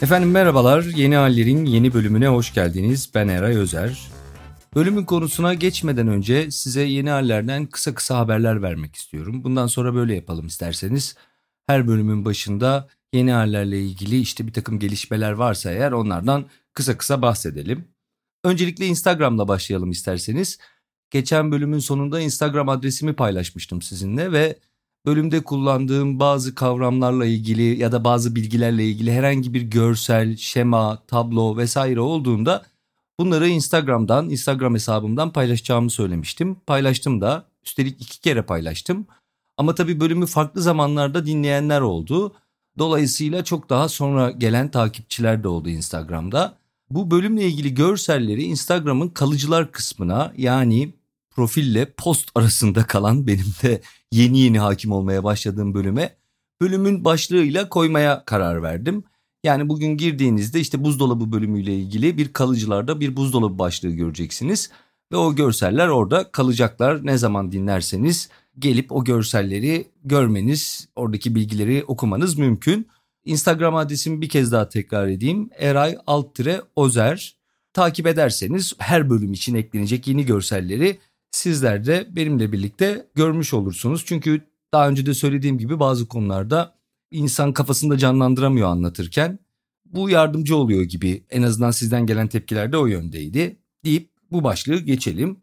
Efendim merhabalar, Yeni Haller'in yeni bölümüne hoş geldiniz. Ben Eray Özer. Bölümün konusuna geçmeden önce size Yeni Haller'den kısa haberler vermek istiyorum. Bundan sonra böyle yapalım isterseniz. Her bölümün başında Yeni Haller'le ilgili bir takım gelişmeler varsa eğer onlardan kısa bahsedelim. Öncelikle Instagram'la başlayalım isterseniz. Geçen bölümün sonunda Instagram adresimi paylaşmıştım sizinle ve bölümde kullandığım bazı kavramlarla ilgili ya da bazı bilgilerle ilgili herhangi bir görsel, şema, tablo vesaire olduğunda bunları Instagram hesabımdan paylaşacağımı söylemiştim. Paylaştım da, üstelik 2 kere paylaştım. Ama tabii bölümü farklı zamanlarda dinleyenler oldu. Dolayısıyla çok daha sonra gelen takipçiler de oldu Instagram'da. Bu bölümle ilgili görselleri Instagram'ın kalıcılar kısmına, yani profille post arasında kalan, benim de yeni hakim olmaya başladığım bölümün başlığıyla koymaya karar verdim. Yani bugün girdiğinizde buzdolabı bölümüyle ilgili bir kalıcılarda bir buzdolabı başlığı göreceksiniz. Ve o görseller orada kalacaklar. Ne zaman dinlerseniz gelip o görselleri görmeniz, oradaki bilgileri okumanız mümkün. Instagram adresimi bir kez daha tekrar edeyim. Eray_Ozer. Takip ederseniz her bölüm için eklenecek yeni görselleri sizler de benimle birlikte görmüş olursunuz. Çünkü daha önce de söylediğim gibi bazı konularda insan kafasında canlandıramıyor anlatırken. Bu yardımcı oluyor gibi, en azından sizden gelen tepkiler de o yöndeydi deyip bu başlığı geçelim.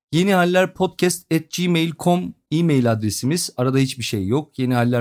yenihallerpodcast@gmail.com e-mail adresimiz. Arada hiçbir şey yok.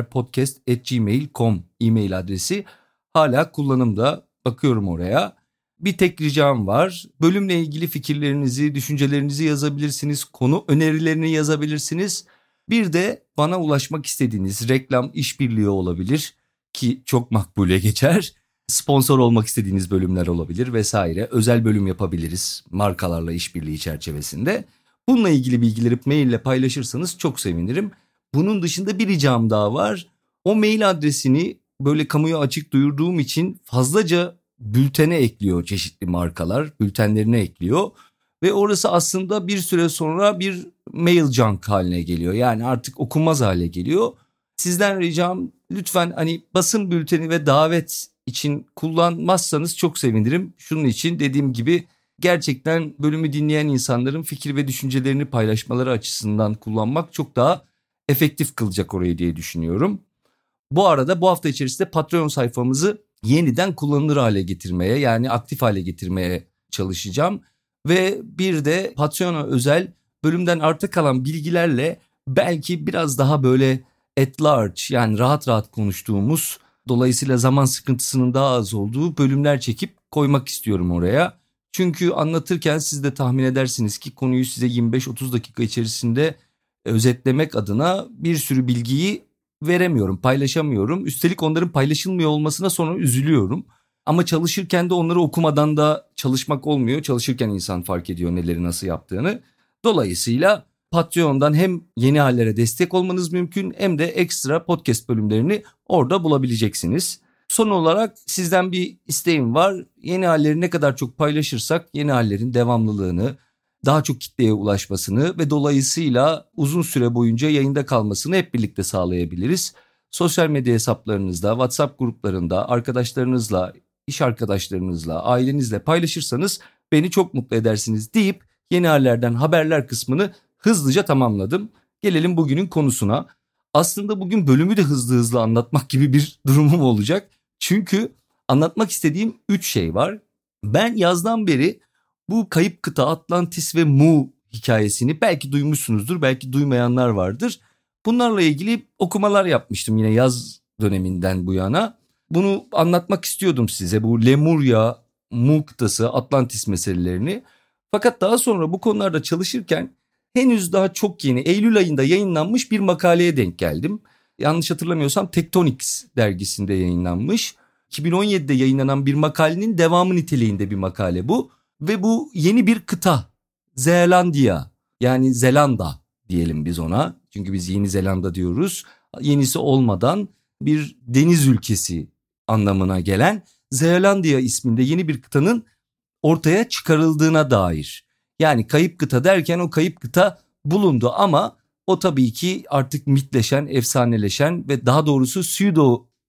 yenihallerpodcast@gmail.com e-mail adresi hala kullanımda. Bakıyorum oraya. Bir tek ricam var. Bölümle ilgili fikirlerinizi, düşüncelerinizi yazabilirsiniz. Konu önerilerini yazabilirsiniz. Bir de bana ulaşmak istediğiniz reklam, işbirliği olabilir ki çok makbule geçer. Sponsor olmak istediğiniz bölümler olabilir vesaire. Özel bölüm yapabiliriz markalarla işbirliği çerçevesinde. Bununla ilgili bilgileri maille paylaşırsanız çok sevinirim. Bunun dışında bir ricam daha var. O mail adresini böyle kamuya açık duyurduğum için fazlaca bültene ekliyor çeşitli markalar. Bültenlerine ekliyor. Ve orası aslında bir süre sonra bir mail junk haline geliyor. Yani artık okunmaz hale geliyor. Sizden ricam, lütfen basın bülteni ve davet için kullanmazsanız çok sevinirim. Şunun için, dediğim gibi, gerçekten bölümü dinleyen insanların fikir ve düşüncelerini paylaşmaları açısından kullanmak çok daha efektif kılacak orayı diye düşünüyorum. Bu arada bu hafta içerisinde Patreon sayfamızı yeniden kullanılır hale getirmeye, yani aktif hale getirmeye çalışacağım. Ve bir de Patreon'a özel bölümden arta kalan bilgilerle belki biraz daha böyle at large, yani rahat konuştuğumuz, dolayısıyla zaman sıkıntısının daha az olduğu bölümler çekip koymak istiyorum oraya. Çünkü anlatırken siz de tahmin edersiniz ki konuyu size 25-30 dakika içerisinde özetlemek adına bir sürü bilgiyi veremiyorum, paylaşamıyorum. Üstelik onların paylaşılmıyor olmasına sonra üzülüyorum. Ama çalışırken de onları okumadan da çalışmak olmuyor. Çalışırken insan fark ediyor neleri nasıl yaptığını. Dolayısıyla Patreon'dan hem Yeni Hallere destek olmanız mümkün, hem de ekstra podcast bölümlerini orada bulabileceksiniz. Son olarak sizden bir isteğim var. Yeni Halleri ne kadar çok paylaşırsak Yeni Hallerin devamlılığını, daha çok kitleye ulaşmasını ve dolayısıyla uzun süre boyunca yayında kalmasını hep birlikte sağlayabiliriz. Sosyal medya hesaplarınızda, WhatsApp gruplarında, arkadaşlarınızla, iş arkadaşlarınızla, ailenizle paylaşırsanız beni çok mutlu edersiniz deyip Yeni Haller'den haberler kısmını hızlıca tamamladım. Gelelim bugünün konusuna. Aslında bugün bölümü de hızlı anlatmak gibi bir durumum olacak. Çünkü anlatmak istediğim 3 şey var. Ben yazdan beri bu kayıp kıta Atlantis ve Mu hikayesini belki duymuşsunuzdur, belki duymayanlar vardır. Bunlarla ilgili okumalar yapmıştım yine yaz döneminden bu yana. Bunu anlatmak istiyordum size, bu Lemuria, Mu kıtası, Atlantis meselelerini. Fakat daha sonra bu konularda çalışırken henüz daha çok yeni Eylül ayında yayınlanmış bir makaleye denk geldim. Yanlış hatırlamıyorsam Tectonics dergisinde yayınlanmış. 2017'de yayınlanan bir makalenin devamı niteliğinde bir makale bu. Ve bu yeni bir kıta, Zelandia, yani Zelanda diyelim biz ona. Çünkü biz Yeni Zelanda diyoruz. Yenisi olmadan bir deniz ülkesi anlamına gelen Zelandia isminde yeni bir kıtanın ortaya çıkarıldığına dair. Yani kayıp kıta derken o kayıp kıta bulundu ama o tabii ki artık mitleşen, efsaneleşen ve daha doğrusu pseudo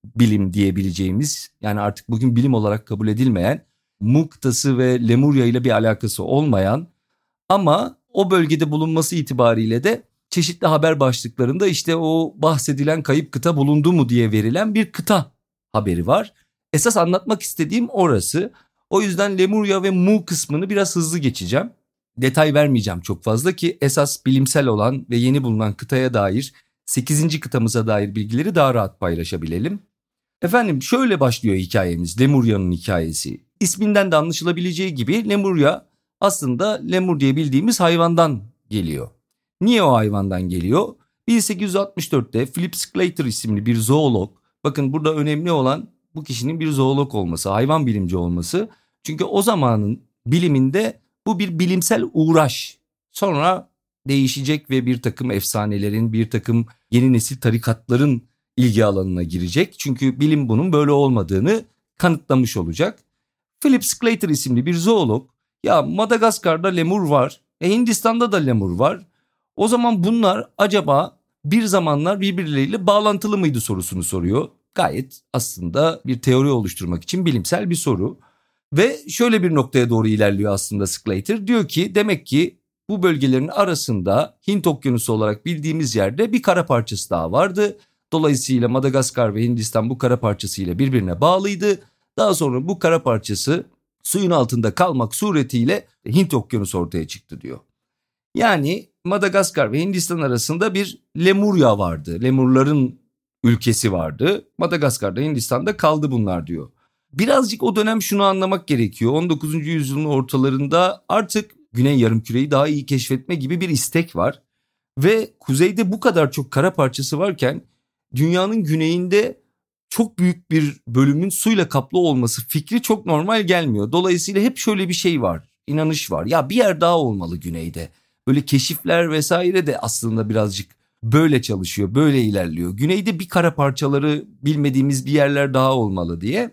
bilim diyebileceğimiz, yani artık bugün bilim olarak kabul edilmeyen, Mu kıtası ve Lemurya ile bir alakası olmayan ama o bölgede bulunması itibariyle de çeşitli haber başlıklarında işte o bahsedilen kayıp kıta bulundu mu diye verilen bir kıta haberi var. Esas anlatmak istediğim orası. O yüzden Lemurya ve Mu kısmını biraz hızlı geçeceğim. Detay vermeyeceğim çok fazla ki esas bilimsel olan ve yeni bulunan kıtaya dair, 8. kıtamıza dair bilgileri daha rahat paylaşabilelim. Efendim şöyle başlıyor hikayemiz, Lemurya'nın hikayesi. İsminden de anlaşılabileceği gibi Lemurya aslında lemur diye bildiğimiz hayvandan geliyor. Niye o hayvandan geliyor? 1864'te Philip Sclater isimli bir zoolog, bakın burada önemli olan bu kişinin bir zoolog olması, hayvan bilimci olması. Çünkü o zamanın biliminde bu bir bilimsel uğraş. Sonra değişecek ve bir takım efsanelerin, bir takım yeni nesil tarikatların ilgi alanına girecek. Çünkü bilim bunun böyle olmadığını kanıtlamış olacak. Philip Sclater isimli bir zoolog, ya Madagaskar'da lemur var, Hindistan'da da lemur var. O zaman bunlar acaba bir zamanlar birbirleriyle bağlantılı mıydı sorusunu soruyor. Gayet aslında bir teori oluşturmak için bilimsel bir soru. Ve şöyle bir noktaya doğru ilerliyor aslında Sclater. Diyor ki demek ki bu bölgelerin arasında Hint Okyanusu olarak bildiğimiz yerde bir kara parçası daha vardı. Dolayısıyla Madagaskar ve Hindistan bu kara parçasıyla birbirine bağlıydı. Daha sonra bu kara parçası suyun altında kalmak suretiyle Hint Okyanusu ortaya çıktı diyor. Yani Madagaskar ve Hindistan arasında bir Lemurya vardı. Lemurların ülkesi vardı. Madagaskar'da, Hindistan'da kaldı bunlar diyor. Birazcık o dönem şunu anlamak gerekiyor. 19. yüzyılın ortalarında artık Güney Yarımküre'yi daha iyi keşfetme gibi bir istek var. Ve kuzeyde bu kadar çok kara parçası varken dünyanın güneyinde çok büyük bir bölümün suyla kaplı olması fikri çok normal gelmiyor. Dolayısıyla hep şöyle bir şey var, inanış var. Ya bir yer daha olmalı güneyde. Böyle keşifler vesaire de aslında birazcık böyle çalışıyor, böyle ilerliyor. Güneyde bir kara parçaları bilmediğimiz bir yerler daha olmalı diye.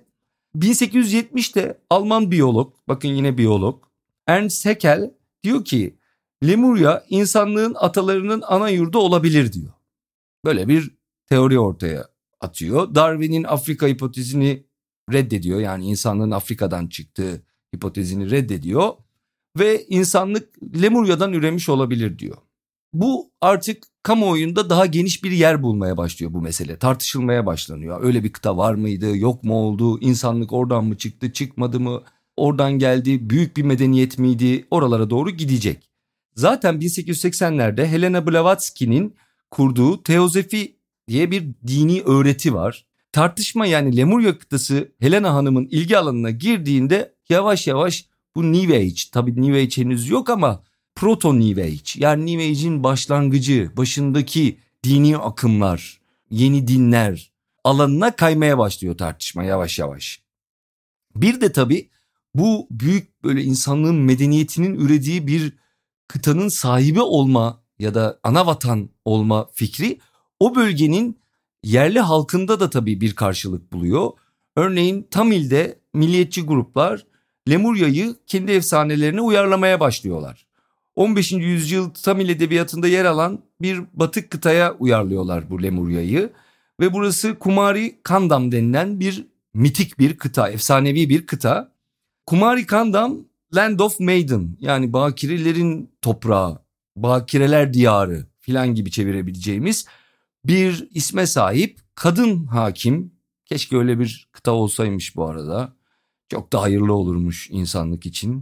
1870'te Alman biyolog, bakın yine biyolog, Ernst Haeckel diyor ki Lemurya insanlığın atalarının ana yurdu olabilir diyor. Böyle bir teori ortaya atıyor. Darwin'in Afrika hipotezini reddediyor. Yani insanlığın Afrika'dan çıktığı hipotezini reddediyor. Ve insanlık Lemurya'dan üremiş olabilir diyor. Bu artık kamuoyunda daha geniş bir yer bulmaya başlıyor bu mesele. Tartışılmaya başlanıyor. Öyle bir kıta var mıydı, yok mu oldu? İnsanlık oradan mı çıktı, çıkmadı mı? Oradan geldi, büyük bir medeniyet miydi? Oralara doğru gidecek. Zaten 1880'lerde Helena Blavatsky'nin kurduğu teozofi diye bir dini öğreti var. Tartışma, yani Lemurya kıtası Helena Hanım'ın ilgi alanına girdiğinde yavaş yavaş bu New Age, tabii New Age henüz yok ama Proto New Age, yani New Age'in başlangıcı, başındaki dini akımlar, yeni dinler alanına kaymaya başlıyor tartışma yavaş yavaş. Bir de tabii bu büyük böyle insanlığın medeniyetinin ürediği bir kıtanın sahibi olma ya da ana vatan olma fikri o bölgenin yerli halkında da tabii bir karşılık buluyor. Örneğin Tamil'de milliyetçi gruplar Lemurya'yı kendi efsanelerine uyarlamaya başlıyorlar. 15. yüzyıl Tamil edebiyatında yer alan bir batık kıtaya uyarlıyorlar bu Lemurya'yı. Ve burası Kumari Kandam denilen bir mitik bir kıta, efsanevi bir kıta. Kumari Kandam, Land of Maiden, yani bakirelerin toprağı, bakireler diyarı filan gibi çevirebileceğimiz bir isme sahip, kadın hakim. Keşke öyle bir kıta olsaymış bu arada. Çok da hayırlı olurmuş insanlık için.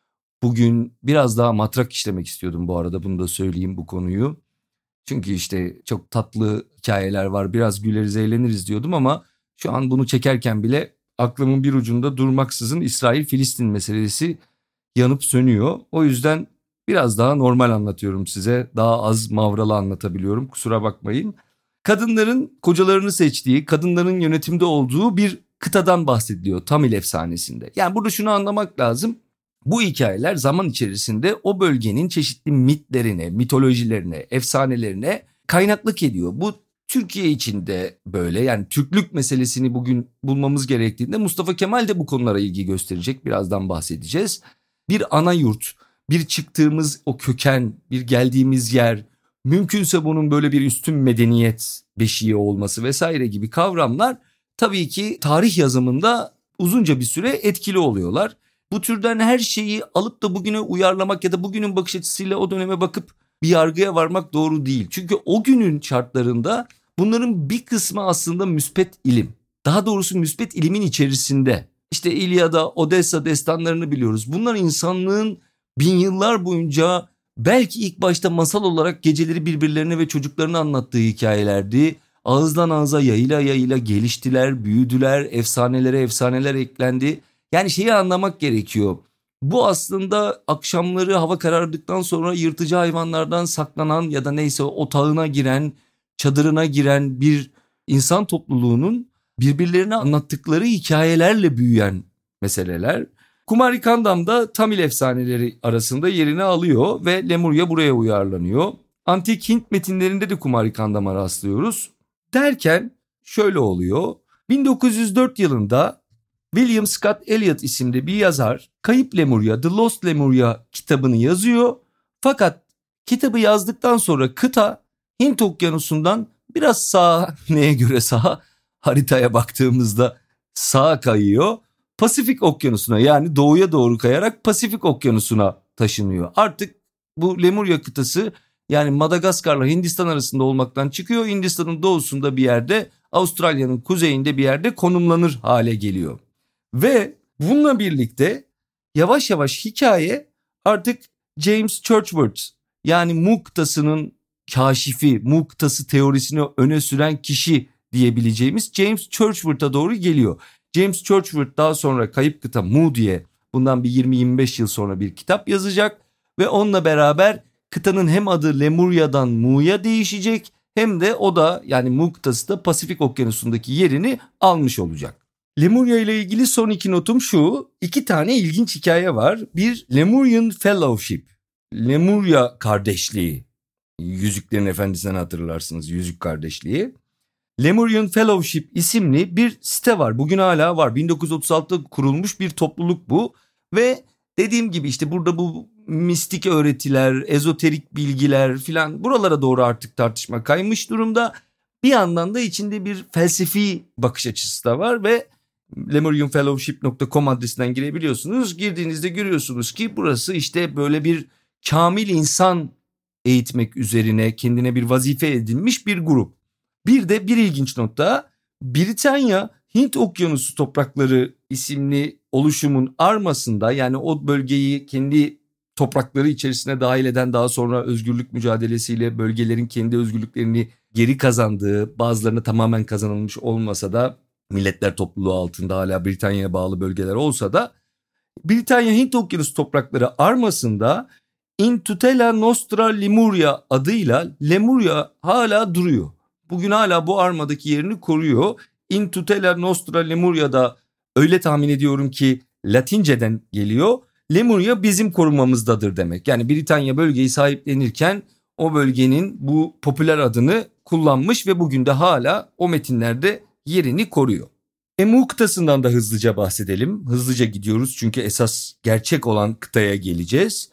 Bugün biraz daha matrak işlemek istiyordum bu arada, bunu da söyleyeyim bu konuyu. Çünkü işte çok tatlı hikayeler var, biraz güleriz eğleniriz diyordum ama şu an bunu çekerken bile aklımın bir ucunda durmaksızın İsrail-Filistin meselesi yanıp sönüyor. O yüzden biraz daha normal anlatıyorum size, daha az mavralı anlatabiliyorum, kusura bakmayın. Kadınların kocalarını seçtiği, kadınların yönetimde olduğu bir kıtadan bahsediliyor Tamil efsanesinde. Yani burada şunu anlamak lazım. Bu hikayeler zaman içerisinde o bölgenin çeşitli mitlerine, mitolojilerine, efsanelerine kaynaklık ediyor. Bu Türkiye için de böyle, yani Türklük meselesini bugün bulmamız gerektiğinde Mustafa Kemal de bu konulara ilgi gösterecek, birazdan bahsedeceğiz. Bir ana yurt, bir çıktığımız o köken, bir geldiğimiz yer, mümkünse bunun böyle bir üstün medeniyet beşiği olması vesaire gibi kavramlar tabii ki tarih yazımında uzunca bir süre etkili oluyorlar. Bu türden her şeyi alıp da bugüne uyarlamak ya da bugünün bakış açısıyla o döneme bakıp bir yargıya varmak doğru değil. Çünkü o günün şartlarında bunların bir kısmı aslında müspet ilim. Daha doğrusu müspet ilimin içerisinde. İşte İlyada, Odessa destanlarını biliyoruz. Bunlar insanlığın bin yıllar boyunca belki ilk başta masal olarak geceleri birbirlerine ve çocuklarına anlattığı hikayelerdi. Ağızdan ağza yayıla yayıla geliştiler, büyüdüler, efsanelere efsaneler eklendi. Yani şeyi anlamak gerekiyor. Bu aslında akşamları hava karardıktan sonra yırtıcı hayvanlardan saklanan ya da neyse otağına giren, çadırına giren bir insan topluluğunun birbirlerine anlattıkları hikayelerle büyüyen meseleler. Kumari Kandam da Tamil efsaneleri arasında yerini alıyor ve Lemurya buraya uyarlanıyor. Antik Hint metinlerinde de Kumari Kandam'a rastlıyoruz. Derken şöyle oluyor. 1904 yılında William Scott Elliot isimli bir yazar Kayıp Lemurya, The Lost Lemuria kitabını yazıyor. Fakat kitabı yazdıktan sonra kıta Hint Okyanusu'ndan biraz sağa, neye göre sağa, haritaya baktığımızda sağa kayıyor. Pasifik Okyanusu'na, yani doğuya doğru kayarak Pasifik Okyanusu'na taşınıyor. Artık bu Lemurya kıtası yani Madagaskar'la Hindistan arasında olmaktan çıkıyor. Hindistan'ın doğusunda bir yerde, Avustralya'nın kuzeyinde bir yerde konumlanır hale geliyor. Ve bununla birlikte yavaş yavaş hikaye artık James Churchward, yani Mu kıtasının kaşifi, Mu kıtası teorisini öne süren kişi diyebileceğimiz James Churchward'a doğru geliyor. James Churchward daha sonra Kayıp Kıta Mu diye bundan bir 20-25 yıl sonra bir kitap yazacak ve onunla beraber kıtanın hem adı Lemurya'dan Mu'ya değişecek hem de o da, yani Mu kıtası da Pasifik Okyanusu'ndaki yerini almış olacak. Lemurya ile ilgili son iki notum şu: 2 tane ilginç hikaye var. Bir, Lemurian Fellowship, Lemurya kardeşliği. Yüzüklerin Efendisi'nden hatırlarsınız, Yüzük Kardeşliği. Lemurian Fellowship isimli bir site var. Bugün hala var. 1936'da kurulmuş bir topluluk bu. Ve dediğim gibi işte burada bu mistik öğretiler, ezoterik bilgiler filan buralara doğru artık tartışma kaymış durumda. Bir yandan da içinde bir felsefi bakış açısı da var ve lemurianfellowship.com adresinden girebiliyorsunuz. Girdiğinizde görüyorsunuz ki burası işte böyle bir kamil insan eğitmek üzerine kendine bir vazife edinmiş bir grup. Bir de bir ilginç nokta, Britanya Hint Okyanusu Toprakları isimli oluşumun armasında, yani o bölgeyi kendi toprakları içerisine dahil eden, daha sonra özgürlük mücadelesiyle bölgelerin kendi özgürlüklerini geri kazandığı, bazılarına tamamen kazanılmış olmasa da milletler topluluğu altında hala Britanya'ya bağlı bölgeler olsa da Britanya Hint Okyanusu Toprakları armasında In Tutela Nostra Lemuria adıyla Lemurya hala duruyor. Bugün hala bu armadaki yerini koruyor. In Tutela Nostra Lemuria'da öyle tahmin ediyorum ki Latinceden geliyor. Lemurya bizim korumamızdadır demek. Yani Britanya bölgeyi sahiplenirken o bölgenin bu popüler adını kullanmış ve bugün de hala o metinlerde yerini koruyor. Mu kıtasından da hızlıca bahsedelim. Hızlıca gidiyoruz çünkü esas gerçek olan kıtaya geleceğiz.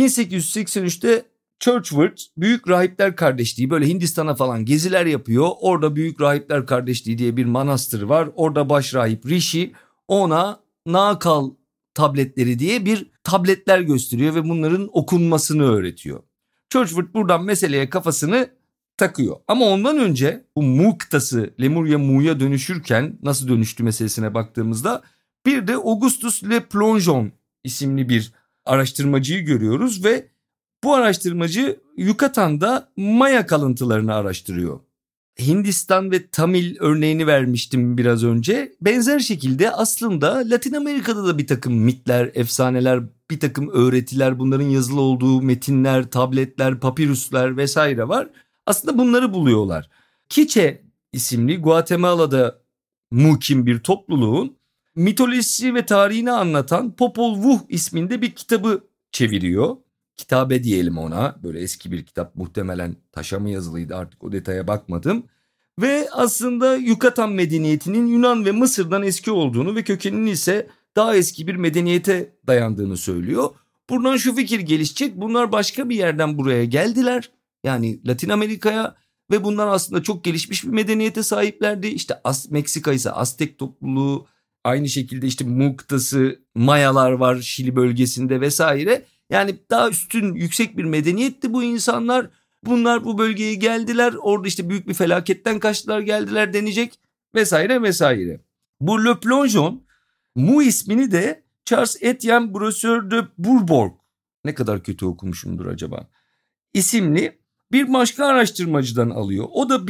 1883'te Churchward Büyük Rahipler Kardeşliği, böyle Hindistan'a falan geziler yapıyor. Orada Büyük Rahipler Kardeşliği diye bir manastır var. Orada baş rahip Rishi ona Nakal tabletleri diye bir tabletler gösteriyor ve bunların okunmasını öğretiyor. Churchward buradan meseleye kafasını takıyor. Ama ondan önce bu Mu kıtası Lemurya Mu'ya dönüşürken nasıl dönüştü meselesine baktığımızda bir de Augustus Le Plongeon isimli bir araştırmacıyı görüyoruz ve bu araştırmacı Yukatan'da Maya kalıntılarını araştırıyor. Hindistan ve Tamil örneğini vermiştim biraz önce. Benzer şekilde aslında Latin Amerika'da da bir takım mitler, efsaneler, bir takım öğretiler, bunların yazılı olduğu metinler, tabletler, papirüsler vesaire var. Aslında bunları buluyorlar. Kiche isimli Guatemala'da mukim bir topluluğun mitolojisi ve tarihini anlatan Popol Vuh isminde bir kitabı çeviriyor. Kitabe diyelim ona, böyle eski bir kitap, muhtemelen taşa mı yazılıydı, artık o detaya bakmadım. Ve aslında Yucatan medeniyetinin Yunan ve Mısır'dan eski olduğunu ve kökeninin ise daha eski bir medeniyete dayandığını söylüyor. Buradan şu fikir gelişecek: bunlar başka bir yerden buraya geldiler, yani Latin Amerika'ya, Ve bunlar aslında çok gelişmiş bir medeniyete sahiplerdi. İşte Meksika ise Aztek topluluğu, aynı şekilde işte Mu kıtası, Mayalar var Şili bölgesinde vesaire. Yani daha üstün, yüksek bir medeniyetti bu insanlar. Bunlar bu bölgeye geldiler. Orada işte büyük bir felaketten kaçtılar, geldiler denecek vesaire vesaire. Bu Le Plongeon, Mu ismini de Charles Etienne Brasseur de Bourbourg, ne kadar kötü okumuşumdur acaba, isimli bir başka araştırmacıdan alıyor. O da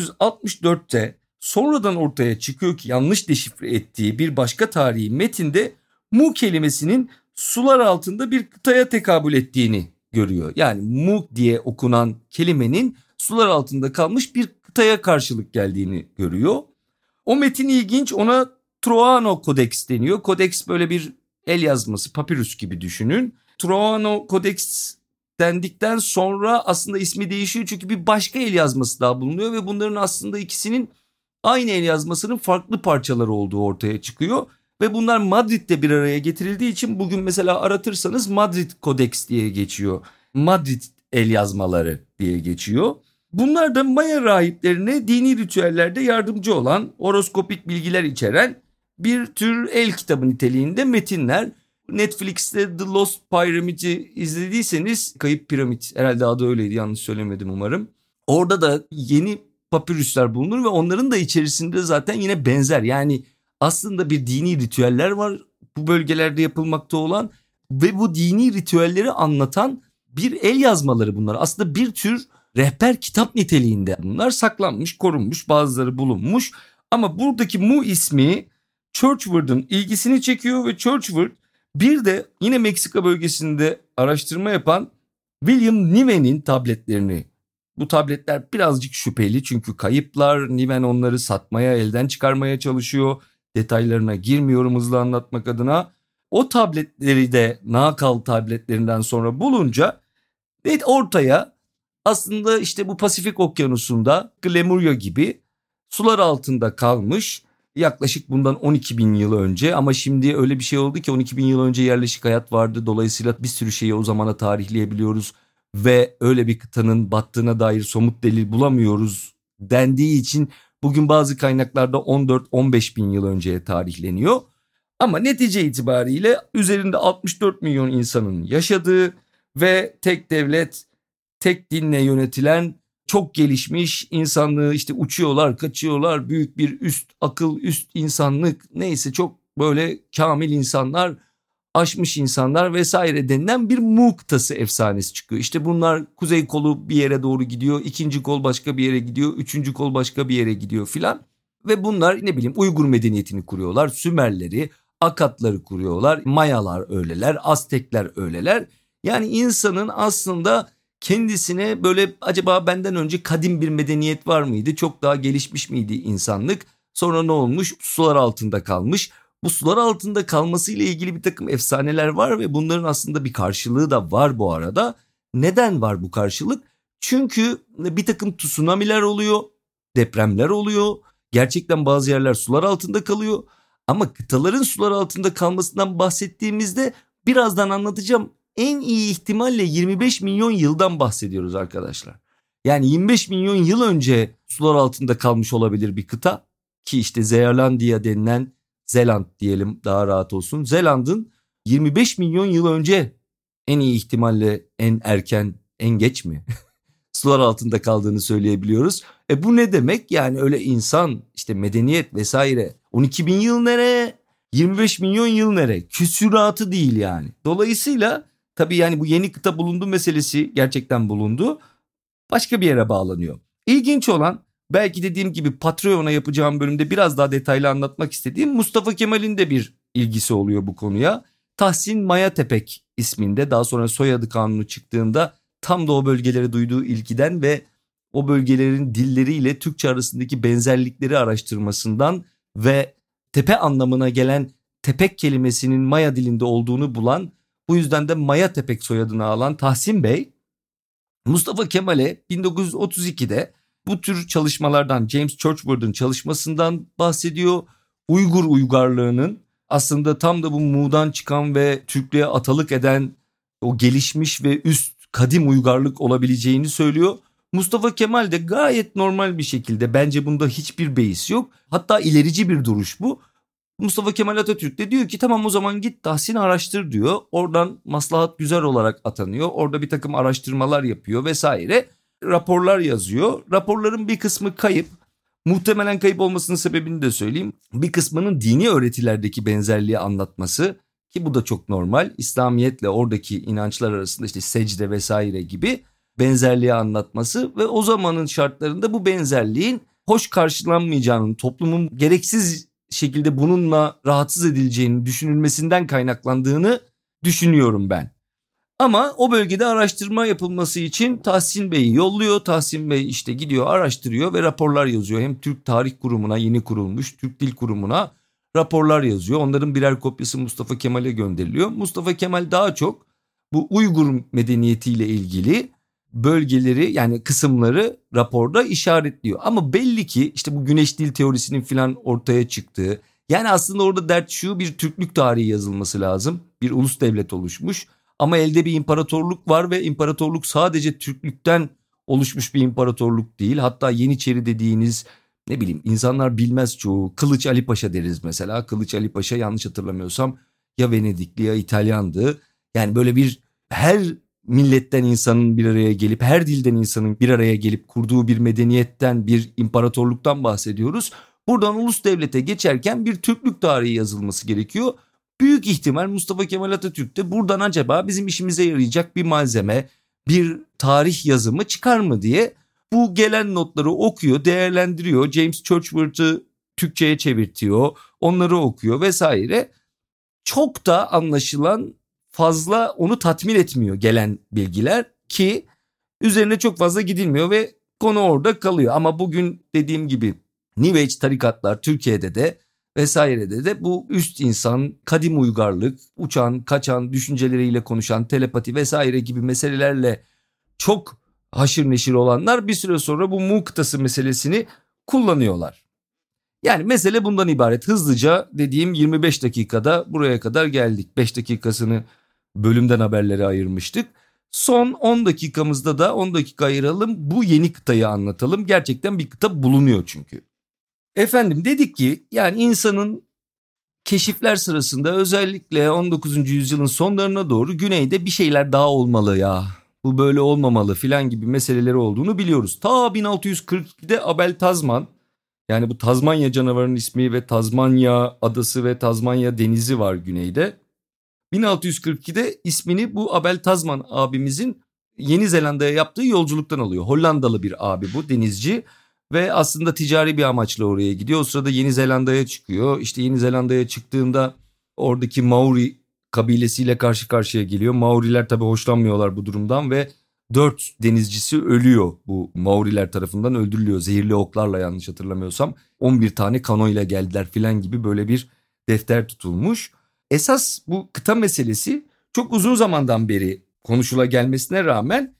1864'te sonradan ortaya çıkıyor ki yanlış deşifre ettiği bir başka tarihi metinde Mu kelimesinin sular altında bir kıtaya tekabül ettiğini görüyor. Yani Mu diye okunan kelimenin sular altında kalmış bir kıtaya karşılık geldiğini görüyor. O metin ilginç, ona Troano Codex deniyor. Codex böyle bir el yazması, papyrus gibi düşünün. Troano Codex dendikten sonra aslında ismi değişiyor çünkü bir başka el yazması daha bulunuyor ve bunların aslında ikisinin aynı el yazmasının farklı parçaları olduğu ortaya çıkıyor. Ve bunlar Madrid'de bir araya getirildiği için bugün mesela aratırsanız Madrid Codex diye geçiyor. Madrid el yazmaları diye geçiyor. Bunlar da Maya rahiplerine dini ritüellerde yardımcı olan, horoskopik bilgiler içeren bir tür el kitabı niteliğinde metinler. Netflix'te The Lost Pyramid'i izlediyseniz, Kayıp Piramit herhalde adı öyleydi, yanlış söylemedim umarım. Orada da yeni papirüsler bulunur ve onların da içerisinde zaten yine benzer, yani aslında bir dini ritüeller var bu bölgelerde yapılmakta olan ve bu dini ritüelleri anlatan bir el yazmaları bunlar. Aslında bir tür rehber kitap niteliğinde bunlar saklanmış, korunmuş, bazıları bulunmuş. Ama buradaki Mu ismi Churchward'ın ilgisini çekiyor ve Churchward bir de yine Meksika bölgesinde araştırma yapan William Niven'in tabletlerini, bu tabletler birazcık şüpheli çünkü kayıplar, Niven onları satmaya, elden çıkarmaya çalışıyor. Detaylarına girmiyorum hızlı anlatmak adına. O tabletleri de Nakal tabletlerinden sonra bulunca ve ortaya aslında işte bu Pasifik Okyanusu'nda Lemuria gibi sular altında kalmış, yaklaşık bundan 12 bin yıl önce, ama şimdi öyle bir şey oldu ki 12 bin yıl önce yerleşik hayat vardı. Dolayısıyla bir sürü şeyi o zamana tarihleyebiliyoruz ve öyle bir kıtanın battığına dair somut delil bulamıyoruz dendiği için bugün bazı kaynaklarda 14-15 bin yıl önceye tarihleniyor. Ama netice itibariyle üzerinde 64 milyon insanın yaşadığı ve tek devlet, tek dinle yönetilen, çok gelişmiş, insanlığı işte uçuyorlar, kaçıyorlar, büyük bir üst akıl, üst insanlık, neyse çok böyle kamil insanlar, aşmış insanlar vesaire denilen bir Mu kıtası efsanesi çıkıyor. İşte bunlar kuzey kolu bir yere doğru gidiyor, ikinci kol başka bir yere gidiyor, üçüncü kol başka bir yere gidiyor filan. Ve bunlar ne bileyim Uygur medeniyetini kuruyorlar, Sümerleri, Akatları kuruyorlar, Mayalar öyleler, Aztekler öyleler. Yani insanın aslında kendisine böyle acaba benden önce kadim bir medeniyet var mıydı? Çok daha gelişmiş miydi insanlık? Sonra ne olmuş? Sular altında kalmış. Bu sular altında kalmasıyla ilgili bir takım efsaneler var ve bunların aslında bir karşılığı da var bu arada. Neden var bu karşılık? Çünkü bir takım tsunamiler oluyor, depremler oluyor. Gerçekten bazı yerler sular altında kalıyor. Ama kıtaların sular altında kalmasından bahsettiğimizde birazdan anlatacağım. En iyi ihtimalle 25 milyon yıldan bahsediyoruz arkadaşlar. Yani 25 milyon yıl önce sular altında kalmış olabilir bir kıta ki işte Zealandia denilen, Zeland diyelim daha rahat olsun, Zeland'ın 25 milyon yıl önce en iyi ihtimalle, en erken, en geç mi sular altında kaldığını söyleyebiliyoruz. Bu ne demek? Yani öyle insan, işte medeniyet vesaire 12 bin yıl nereye, 25 milyon yıl nereye, küsuratı değil yani. Dolayısıyla tabii yani bu yeni kıta bulundu meselesi gerçekten bulundu. Başka bir yere bağlanıyor. İlginç olan, belki dediğim gibi Patreon'a yapacağım bölümde biraz daha detaylı anlatmak istediğim, Mustafa Kemal'in de bir ilgisi oluyor bu konuya. Tahsin Maya Tepek isminde, daha sonra soyadı kanunu çıktığında tam da o bölgelere duyduğu ilgiden ve o bölgelerin dilleriyle Türkçe arasındaki benzerlikleri araştırmasından ve tepe anlamına gelen tepek kelimesinin Maya dilinde olduğunu bulan, bu yüzden de Maya Tepek soyadını alan Tahsin Bey, Mustafa Kemal'e 1932'de bu tür çalışmalardan, James Churchward'ın çalışmasından bahsediyor. Uygur uygarlığının aslında tam da bu Mu'dan çıkan ve Türklüğe atalık eden o gelişmiş ve üst kadim uygarlık olabileceğini söylüyor. Mustafa Kemal de gayet normal bir şekilde, bence bunda hiçbir beis yok. Hatta ilerici bir duruş bu. Mustafa Kemal Atatürk de diyor ki tamam o zaman git Tahsin'i araştır diyor. Oradan Maslahat Güzel olarak atanıyor. Orada bir takım araştırmalar yapıyor vesaire. Raporlar yazıyor. Raporların bir kısmı kayıp. Muhtemelen kayıp olmasının sebebini de söyleyeyim. Bir kısmının dini öğretilerdeki benzerliği anlatması, ki bu da çok normal. İslamiyetle oradaki inançlar arasında işte secde vesaire gibi benzerliği anlatması ve o zamanın şartlarında bu benzerliğin hoş karşılanmayacağının, toplumun gereksiz şekilde bununla rahatsız edileceğini düşünülmesinden kaynaklandığını düşünüyorum ben. Ama o bölgede araştırma yapılması için Tahsin Bey'i yolluyor. Tahsin Bey işte gidiyor, araştırıyor ve raporlar yazıyor. Hem Türk Tarih Kurumu'na, yeni kurulmuş Türk Dil Kurumu'na raporlar yazıyor. Onların birer kopyası Mustafa Kemal'e gönderiliyor. Mustafa Kemal daha çok bu Uygur medeniyetiyle ilgili bölgeleri, yani kısımları raporda işaretliyor. Ama belli ki işte bu güneş dil teorisinin filan ortaya çıktığı, yani aslında orada dert şu: bir Türklük tarihi yazılması lazım. Bir ulus devlet oluşmuş. Ama elde bir imparatorluk var ve imparatorluk sadece Türklükten oluşmuş bir imparatorluk değil. Hatta Yeniçeri dediğiniz, ne bileyim, insanlar bilmez çoğu. Kılıç Ali Paşa deriz mesela. Kılıç Ali Paşa yanlış hatırlamıyorsam ya Venedikli ya İtalyandı. Yani böyle bir, her milletten insanın bir araya gelip, her dilden insanın bir araya gelip kurduğu bir medeniyetten, bir imparatorluktan bahsediyoruz. Buradan ulus devlete geçerken bir Türklük tarihi yazılması gerekiyor. Büyük ihtimal Mustafa Kemal Atatürk de buradan acaba bizim işimize yarayacak bir malzeme, bir tarih yazımı çıkar mı diye bu gelen notları okuyor, değerlendiriyor. James Churchward'ı Türkçe'ye çevirtiyor, onları okuyor vesaire. Çok da anlaşılan fazla onu tatmin etmiyor gelen bilgiler, ki üzerine çok fazla gidilmiyor ve konu orada kalıyor. Ama bugün dediğim gibi New Age tarikatlar Türkiye'de de vesairede de bu üst insan, kadim uygarlık, uçan, kaçan, düşünceleriyle konuşan, telepati vesaire gibi meselelerle çok haşır neşir olanlar bir süre sonra bu Mu kıtası meselesini kullanıyorlar. Yani mesele bundan ibaret. Hızlıca dediğim 25 dakikada buraya kadar geldik. 5 dakikasını bölümden haberlere ayırmıştık. Son 10 dakikamızda da 10 dakika ayıralım, bu yeni kıtayı anlatalım. Gerçekten bir kıta bulunuyor çünkü. Efendim, dedik ki yani insanın keşifler sırasında özellikle 19. yüzyılın sonlarına doğru güneyde bir şeyler daha olmalı ya, bu böyle olmamalı filan gibi meseleleri olduğunu biliyoruz. Ta 1642'de Abel Tasman, yani bu Tazmanya canavarının ismi ve Tazmanya adası ve Tazmanya denizi var güneyde. 1642'de ismini bu Abel Tasman abimizin Yeni Zelanda'ya yaptığı yolculuktan alıyor. Hollandalı bir abi bu, denizci. Ve aslında ticari bir amaçla oraya gidiyor. O sırada Yeni Zelanda'ya çıkıyor. İşte Yeni Zelanda'ya çıktığında oradaki Maori kabilesiyle karşı karşıya geliyor. Maoriler tabii hoşlanmıyorlar bu durumdan ve 4 denizcisi ölüyor, bu Maoriler tarafından öldürülüyor. Zehirli oklarla, yanlış hatırlamıyorsam. 11 tane kanoyla geldiler filan gibi böyle bir defter tutulmuş. Esas bu kıta meselesi çok uzun zamandan beri konuşula gelmesine rağmen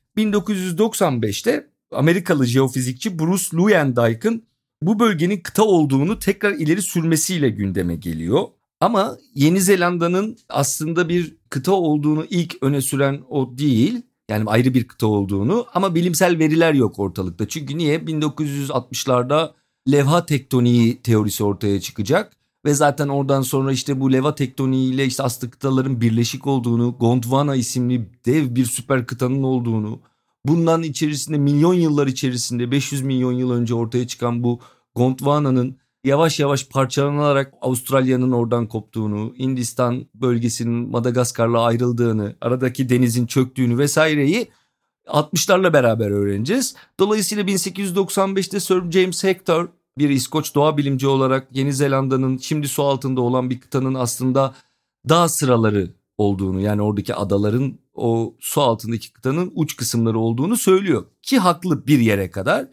1995'te Amerikalı jeofizikçi Bruce Luyendijk'ın bu bölgenin kıta olduğunu tekrar ileri sürmesiyle gündeme geliyor. Ama Yeni Zelanda'nın aslında bir kıta olduğunu ilk öne süren o değil. Yani ayrı bir kıta olduğunu, ama bilimsel veriler yok ortalıkta. Çünkü niye? 1960'larda levha tektoniği teorisi ortaya çıkacak. Ve zaten oradan sonra işte bu levha tektoniği ile işte aslı kıtaların birleşik olduğunu, Gondwana isimli dev bir süper kıtanın olduğunu, bundan içerisinde milyon yıllar içerisinde 500 milyon yıl önce ortaya çıkan bu Gondwana'nın yavaş yavaş parçalanarak Avustralya'nın oradan koptuğunu, Hindistan bölgesinin Madagaskar'la ayrıldığını, aradaki denizin çöktüğünü vesaireyi 60'larla beraber öğreneceğiz. Dolayısıyla 1895'te Sir James Hector, bir İskoç doğa bilimci olarak Yeni Zelanda'nın şimdi su altında olan bir kıtanın aslında dağ sıraları olduğunu, yani oradaki adaların o su altındaki kıtanın uç kısımları olduğunu söylüyor. Ki haklı bir yere kadar.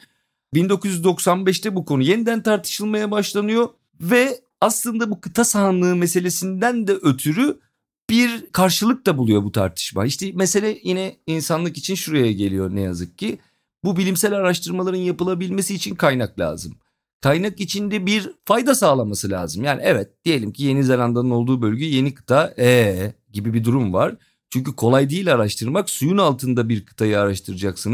1995'te bu konu yeniden tartışılmaya başlanıyor ve aslında bu kıta sahanlığı meselesinden de ötürü bir karşılık da buluyor bu tartışma. İşte mesele yine insanlık için şuraya geliyor ne yazık ki. Bu bilimsel araştırmaların yapılabilmesi için kaynak lazım. Kaynak içinde bir fayda sağlaması lazım. Yani evet, diyelim ki Yeni Zelanda'nın olduğu bölge yeni kıta gibi bir durum var. Çünkü kolay değil araştırmak. Suyun altında bir kıtayı araştıracaksınız.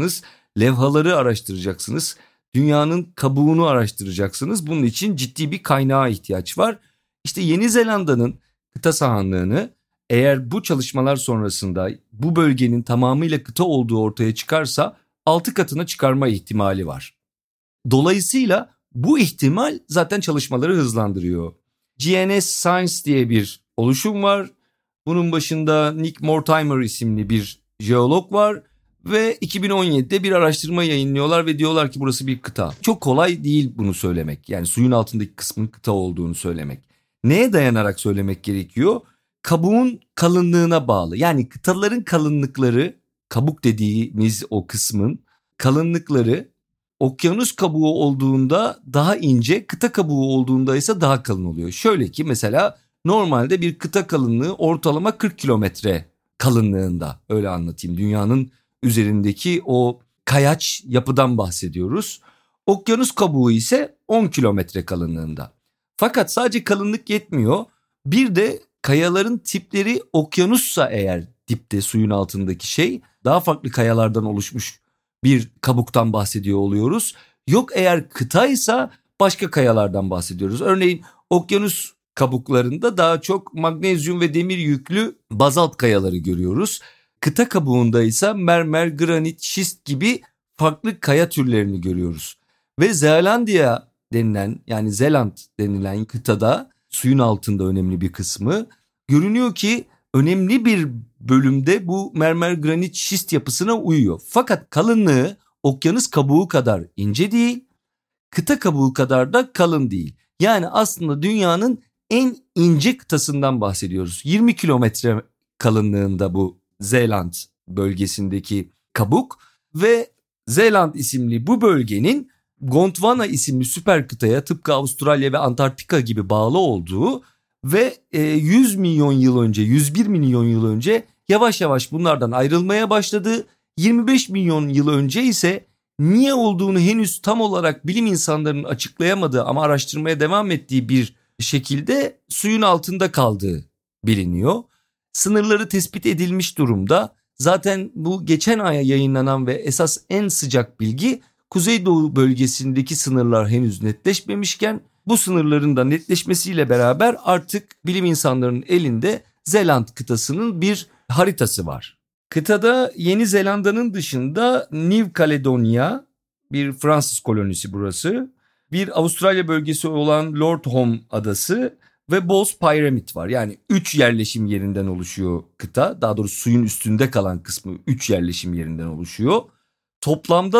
levhaları araştıracaksınız. Dünyanın kabuğunu araştıracaksınız. Bunun için ciddi bir kaynağa ihtiyaç var. İşte Yeni Zelanda'nın kıta sahanlığını eğer bu çalışmalar sonrasında bu bölgenin tamamıyla kıta olduğu ortaya çıkarsa 6 katına çıkarma ihtimali var. Dolayısıyla bu ihtimal zaten çalışmaları hızlandırıyor. GNS Science diye bir oluşum var. Bunun başında Nick Mortimer isimli bir jeolog var ve 2017'de bir araştırma yayınlıyorlar ve diyorlar ki burası bir kıta. Çok kolay değil bunu söylemek. Yani suyun altındaki kısmın kıta olduğunu söylemek. Neye dayanarak söylemek gerekiyor? Kabuğun kalınlığına bağlı. Yani kıtaların kalınlıkları, kabuk dediğimiz o kısmın kalınlıkları okyanus kabuğu olduğunda daha ince, kıta kabuğu olduğunda ise daha kalın oluyor. Şöyle ki mesela normalde bir kıta kalınlığı ortalama 40 kilometre kalınlığında, öyle anlatayım. Dünyanın üzerindeki o kayaç yapıdan bahsediyoruz. Okyanus kabuğu ise 10 kilometre kalınlığında. Fakat sadece kalınlık yetmiyor. Bir de kayaların tipleri okyanussa eğer dipte suyun altındaki şey daha farklı kayalardan oluşmuş bir kabuktan bahsediyor oluyoruz. Yok eğer kıtaysa başka kayalardan bahsediyoruz. Örneğin okyanus kabuklarında daha çok magnezyum ve demir yüklü bazalt kayaları görüyoruz. Kıta kabuğunda ise mermer, granit, şist gibi farklı kaya türlerini görüyoruz. Ve Zelandia denilen, yani Zeland denilen kıtada suyun altında önemli bir kısmı görünüyor ki önemli bir bölümde bu mermer, granit, şist yapısına uyuyor. Fakat kalınlığı okyanus kabuğu kadar ince değil, kıta kabuğu kadar da kalın değil. Yani aslında dünyanın en ince kıtasından bahsediyoruz. 20 kilometre kalınlığında bu Zeeland bölgesindeki kabuk ve Zeeland isimli bu bölgenin Gondwana isimli süper kıtaya tıpkı Avustralya ve Antarktika gibi bağlı olduğu ve 100 milyon yıl önce, 101 milyon yıl önce yavaş yavaş bunlardan ayrılmaya başladı. 25 milyon yıl önce ise niye olduğunu henüz tam olarak bilim insanlarının açıklayamadığı ama araştırmaya devam ettiği bir şekilde suyun altında kaldığı biliniyor. Sınırları tespit edilmiş durumda. Zaten bu geçen aya yayınlanan ve esas en sıcak bilgi Kuzeydoğu bölgesindeki sınırlar henüz netleşmemişken bu sınırların da netleşmesiyle beraber artık bilim insanlarının elinde Zeeland kıtasının bir haritası var. Kıtada Yeni Zelanda'nın dışında New Caledonia, bir Fransız kolonisi burası, bir Avustralya bölgesi olan Lord Howe adası ve Bowes Pyramid var. Yani 3 yerleşim yerinden oluşuyor kıta. Daha doğrusu suyun üstünde kalan kısmı 3 yerleşim yerinden oluşuyor. Toplamda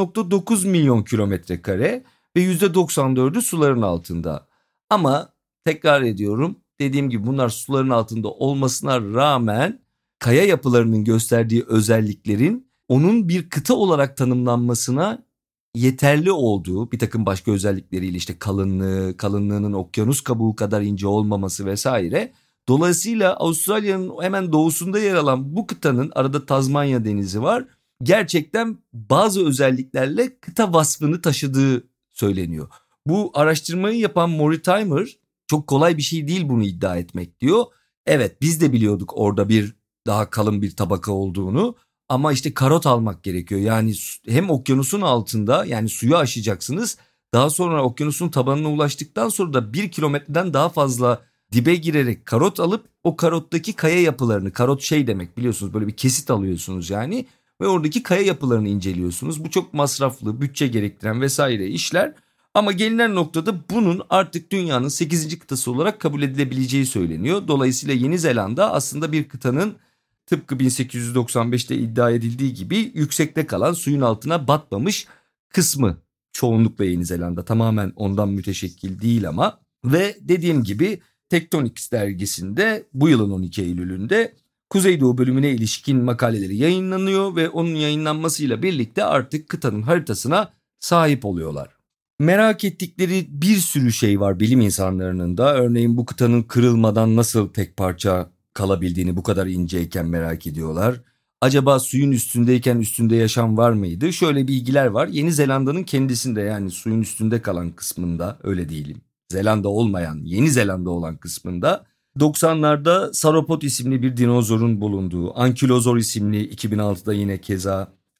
4,9 milyon kilometre kare ve %94'ü suların altında. Ama tekrar ediyorum, dediğim gibi bunlar suların altında olmasına rağmen kaya yapılarının gösterdiği özelliklerin onun bir kıta olarak tanımlanmasına yeterli olduğu, bir takım başka özellikleriyle işte kalınlığının okyanus kabuğu kadar ince olmaması vesaire. Dolayısıyla Avustralya'nın hemen doğusunda yer alan bu kıtanın, arada Tazmanya Denizi var, gerçekten bazı özelliklerle kıta vasfını taşıdığı söyleniyor. Bu araştırmayı yapan Mortimer çok kolay bir şey değil bunu iddia etmek diyor. Evet, biz de biliyorduk orada bir daha kalın bir tabaka olduğunu ama işte karot almak gerekiyor. Yani hem okyanusun altında, yani suyu aşacaksınız, daha sonra okyanusun tabanına ulaştıktan sonra da 1 kilometreden daha fazla dibe girerek karot alıp o karottaki kaya yapılarını, karot şey demek biliyorsunuz, böyle bir kesit alıyorsunuz yani ve oradaki kaya yapılarını inceliyorsunuz. Bu çok masraflı, bütçe gerektiren vesaire işler. Ama gelinen noktada bunun artık dünyanın 8. kıtası olarak kabul edilebileceği söyleniyor. Dolayısıyla Yeni Zelanda aslında bir kıtanın tıpkı 1895'te iddia edildiği gibi yüksekte kalan, suyun altına batmamış kısmı. Çoğunlukla Yeni Zelanda, tamamen ondan müteşekkil değil ama. Ve dediğim gibi Tectonics dergisinde bu yılın 12 Eylül'ünde Kuzeydoğu bölümüne ilişkin makaleleri yayınlanıyor ve onun yayınlanmasıyla birlikte artık kıtanın haritasına sahip oluyorlar. Merak ettikleri bir sürü şey var bilim insanlarının da. Örneğin bu kıtanın kırılmadan nasıl tek parça kalabildiğini, bu kadar inceyken merak ediyorlar. Acaba suyun üstündeyken üstünde yaşam var mıydı? Şöyle bilgiler var. Yeni Zelanda'nın kendisinde, yani suyun üstünde kalan kısmında, öyle değilim, Zelanda olmayan, Yeni Zelanda olan kısmında 90'larda Sauropod isimli bir dinozorun bulunduğu, Ankylozor isimli 2006'da yine keza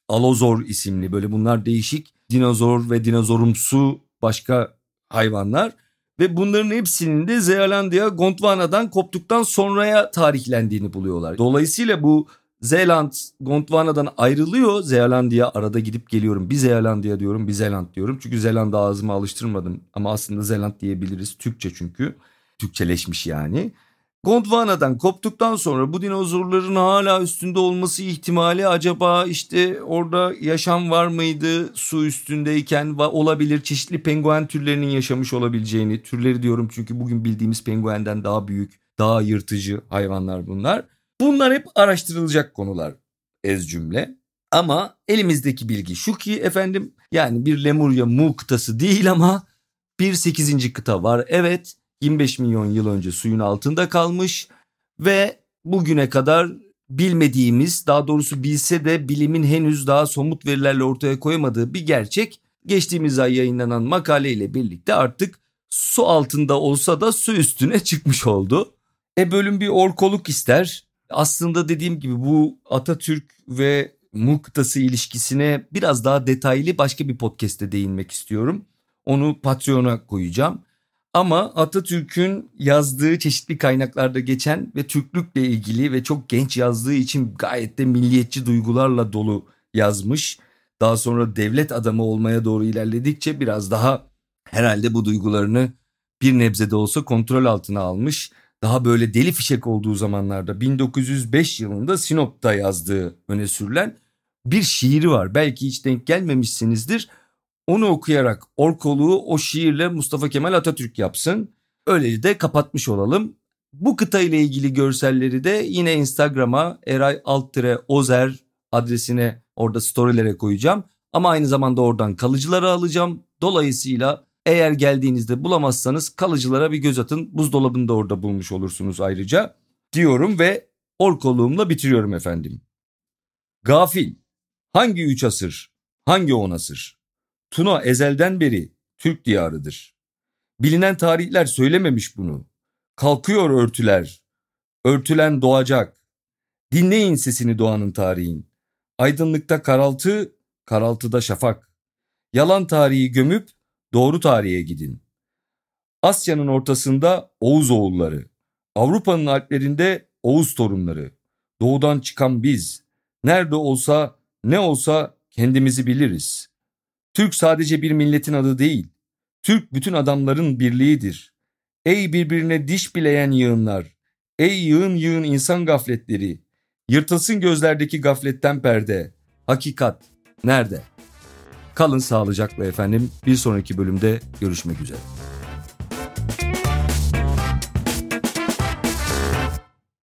alozor isimli, böyle bunlar değişik dinozor ve dinozorumsu başka hayvanlar. Ve bunların hepsinin de Zealandia Gondwana'dan koptuktan sonraya tarihlendiğini buluyorlar. Dolayısıyla bu Zeeland Gondwana'dan ayrılıyor. Zealandia, arada gidip geliyorum. Bir Zealandia diyorum, bir Zeeland diyorum. Çünkü Zeeland'a ağzıma alıştırmadım. Ama aslında Zeeland diyebiliriz. Türkçe çünkü. Türkçeleşmiş yani. Gondwana'dan koptuktan sonra bu dinozorların hala üstünde olması ihtimali, acaba işte orada yaşam var mıydı su üstündeyken, olabilir, çeşitli penguen türlerinin yaşamış olabileceğini, türleri diyorum çünkü bugün bildiğimiz penguenden daha büyük, daha yırtıcı hayvanlar bunlar. Bunlar hep araştırılacak konular ez cümle. Ama elimizdeki bilgi şu ki efendim, yani bir Lemuria Mu kıtası değil ama bir 8. kıta var. Evet, 25 milyon yıl önce suyun altında kalmış ve bugüne kadar bilmediğimiz, daha doğrusu bilse de bilimin henüz daha somut verilerle ortaya koyamadığı bir gerçek, geçtiğimiz ay yayınlanan makaleyle birlikte artık su altında olsa da su üstüne çıkmış oldu. Bölüm bir orkoluk ister. Aslında dediğim gibi bu Atatürk ve Mu kıtası ilişkisine biraz daha detaylı başka bir podcast'te değinmek istiyorum. Onu Patreon'a koyacağım. Ama Atatürk'ün yazdığı çeşitli kaynaklarda geçen ve Türklükle ilgili ve çok genç yazdığı için gayet de milliyetçi duygularla dolu yazmış. Daha sonra devlet adamı olmaya doğru ilerledikçe biraz daha herhalde bu duygularını bir nebze de olsa kontrol altına almış. Daha böyle deli fişek olduğu zamanlarda 1905 yılında Sinop'ta yazdığı öne sürülen bir şiiri var. Belki hiç denk gelmemişsinizdir. Onu okuyarak orkoluğu o şiirle Mustafa Kemal Atatürk yapsın. Öyle de kapatmış olalım. Bu kıta ile ilgili görselleri de yine Instagram'a Eray_Ozer adresine, orada storylere koyacağım. Ama aynı zamanda oradan kalıcıları alacağım. Dolayısıyla eğer geldiğinizde bulamazsanız kalıcılara bir göz atın. Buzdolabını da orada bulmuş olursunuz ayrıca diyorum ve orkoluğumla bitiriyorum efendim. Gafil, hangi 3 asır, hangi 10 asır? Tuna ezelden beri Türk diyarıdır. Bilinen tarihler söylememiş bunu. Kalkıyor örtüler, örtülen doğacak. Dinleyin sesini doğanın tarihin. Aydınlıkta karaltı, karaltıda şafak. Yalan tarihi gömüp doğru tarihe gidin. Asya'nın ortasında Oğuz oğulları, Avrupa'nın alplerinde Oğuz torunları. Doğudan çıkan biz, nerede olsa ne olsa kendimizi biliriz. Türk sadece bir milletin adı değil, Türk bütün adamların birliğidir. Ey birbirine diş bileyen yığınlar, ey yığın yığın insan gafletleri, yırtılsın gözlerdeki gafletten perde, hakikat nerede? Kalın sağlıcakla efendim, bir sonraki bölümde görüşmek üzere.